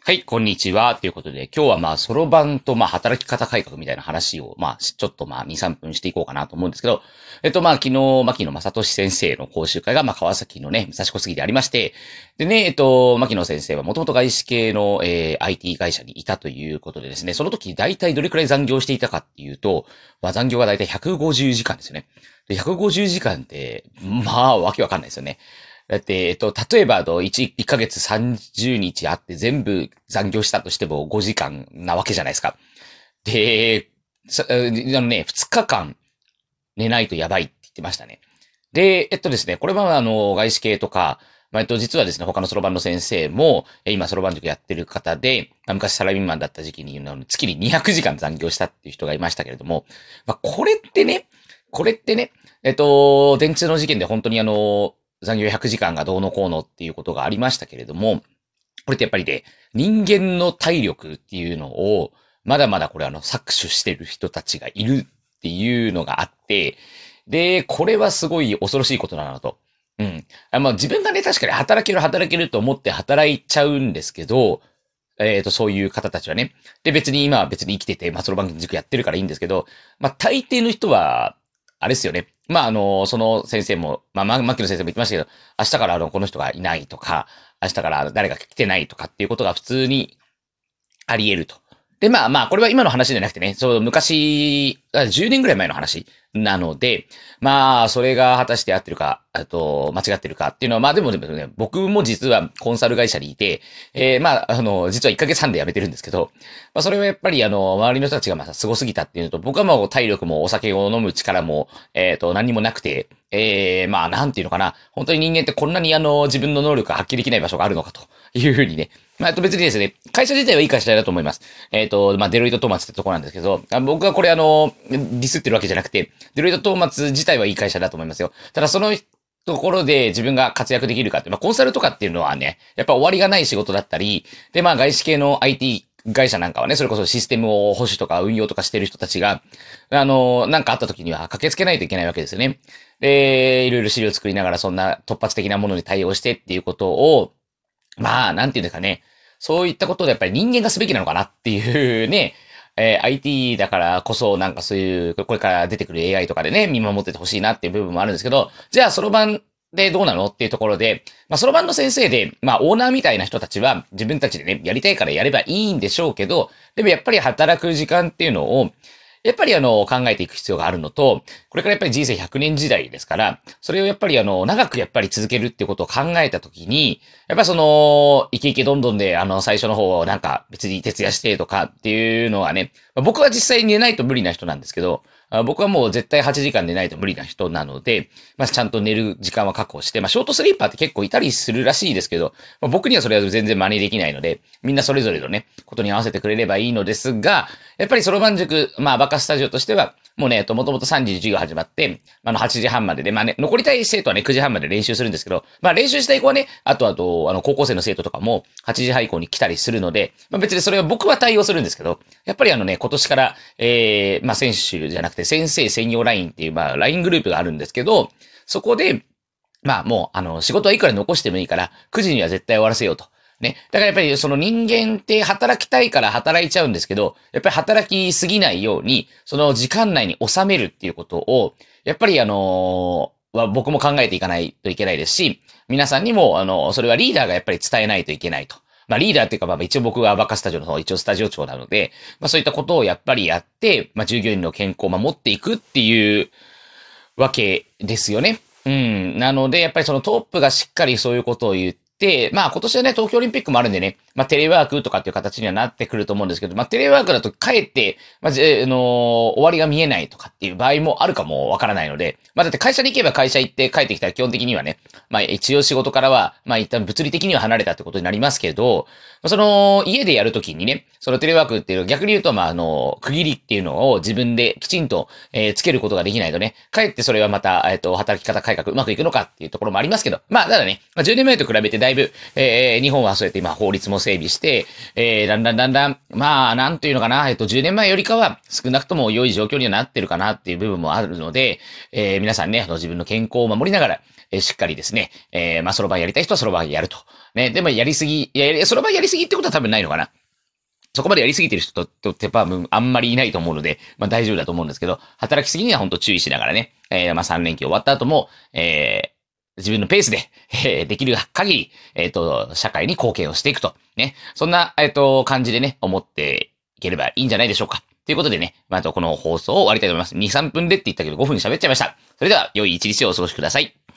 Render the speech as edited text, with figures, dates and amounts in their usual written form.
はい、こんにちは。ということで、今日はそろばんと働き方改革みたいな話を、ちょっと2、3分していこうかなと思うんですけど、昨日、牧野正俊先生の講習会が、川崎のね、武蔵小杉でありまして、でね、牧野先生はもともと外資系の、IT 会社にいたということでですね、その時大体どれくらい残業していたかっていうと、残業が大体150時間ですよね。で、150時間って、わけわかんないですよね。だって、例えば、1ヶ月30日あって全部残業したとしても5時間なわけじゃないですか。で、2日間寝ないとやばいって言ってましたね。で、ですね、これは外資系とか、実はですね、他のそろばんの先生も、今そろばん塾やってる方で、昔サラリーマンだった時期に、月に200時間残業したっていう人がいましたけれども、これってね、電通の事件で本当に残業100時間がどうのこうのっていうことがありましたけれども、これってやっぱりね、人間の体力っていうのを、まだまだこれ搾取してる人たちがいるっていうのがあって、で、これはすごい恐ろしいことだなと。うん。自分がね、確かに働けると思って働いちゃうんですけど、そういう方たちはね。で、別に今は別に生きてて、その番組塾やってるからいいんですけど、大抵の人は、あれですよね。その先生も、牧野先生も言ってましたけど、明日からこの人がいないとか、明日から誰が来てないとかっていうことが普通にあり得ると。で、これは今の話じゃなくてね、そう、昔、10年ぐらい前の話なので、それが果たして合ってるか、間違ってるかっていうのは、でもね、僕も実はコンサル会社にいて、実は1ヶ月半で辞めてるんですけど、それはやっぱり周りの人たちがすごすぎたっていうのと、僕はもう体力もお酒を飲む力も、何にもなくて、なんていうのかな、本当に人間ってこんなに自分の能力が発揮できない場所があるのかというふうにね、別にですね、会社自体はいい会社だと思います。デロイトトーマツってとこなんですけど、僕はこれディスってるわけじゃなくて、デロイトトーマツ自体はいい会社だと思いますよ。ただそのところで自分が活躍できるかって、コンサルとかっていうのはね、やっぱ終わりがない仕事だったり、で、外資系の IT 会社なんかはね、それこそシステムを保守とか運用とかしてる人たちが、なんかあった時には駆けつけないといけないわけですよね。で、いろいろ資料作りながらそんな突発的なものに対応してっていうことを、なんていうんですかね。そういったことでやっぱり人間がすべきなのかなっていうね、IT だからこそなんかそういう、これから出てくる AI とかでね、見守っててほしいなっていう部分もあるんですけど、じゃあそろばんでどうなのっていうところで、そろばんの先生で、オーナーみたいな人たちは自分たちでね、やりたいからやればいいんでしょうけど、でもやっぱり働く時間っていうのを、やっぱり考えていく必要があるのと、これからやっぱり人生100年時代ですから、それをやっぱり長くやっぱり続けるっていうことを考えたときに、やっぱイケイケどんどんで最初の方なんか別に徹夜してとかっていうのはね、僕は実際に寝ないと無理な人なんですけど、僕はもう絶対8時間寝ないと無理な人なので、ちゃんと寝る時間は確保して、ショートスリーパーって結構いたりするらしいですけど、僕にはそれは全然真似できないので、みんなそれぞれのね、ことに合わせてくれればいいのですが、やっぱりそろばん塾、バカスタジオとしては、もうね、もともと3時に授業始まって、8時半までで、残りたい生徒はね、9時半まで練習するんですけど、練習したい子はね、あと、高校生の生徒とかも8時半以降に来たりするので、別にそれは僕は対応するんですけど、やっぱり今年から、選手じゃなくて先生専用ラインっていう、ライングループがあるんですけど、そこで、もう、仕事はいくら残してもいいから、9時には絶対終わらせようと。ね。だからやっぱりその人間って働きたいから働いちゃうんですけど、やっぱり働きすぎないように、その時間内に収めるっていうことを、やっぱり僕も考えていかないといけないですし、皆さんにもそれはリーダーがやっぱり伝えないといけないと。リーダーっていうか、一応僕はバカスタジオの方、一応スタジオ長なので、そういったことをやっぱりやって、従業員の健康を守っていくっていうわけですよね。うん。なので、やっぱりそのトップがしっかりそういうことを言って、今年はね、東京オリンピックもあるんでね、テレワークとかっていう形にはなってくると思うんですけど、テレワークだとかえって、終わりが見えないとかっていう場合もあるかもわからないので、だって会社に行けば会社行って帰ってきたら基本的にはね、一応仕事からは、一旦物理的には離れたってことになりますけど、家でやるときにね、そのテレワークっていうのは逆に言うと、区切りっていうのを自分できちんと、つけることができないとね、かえってそれはまた、働き方改革うまくいくのかっていうところもありますけど、ただね、10年前と比べてだいぶ、日本はそうやって今法律も整備して、だんだん、なんていうのかな、10年前よりかは少なくとも良い状況にはなってるかなっていう部分もあるので、皆さんね、自分の健康を守りながら、しっかりですね、そろばんやりたい人はそろばんやると。 ね、でもやりすぎ、その場やりすぎってことは多分ないのかな。そこまでやりすぎてる人って多分あんまりいないと思うので、まあ大丈夫だと思うんですけど、働きすぎには本当注意しながらね、まあ3連休終わった後も、自分のペースで、できる限り、社会に貢献をしていくと。ね。そんな、感じでね、思っていければいいんじゃないでしょうか。ということでね、まあ、この放送を終わりたいと思います。2、3分でって言ったけど5分喋っちゃいました。それでは、良い一日をお過ごしください。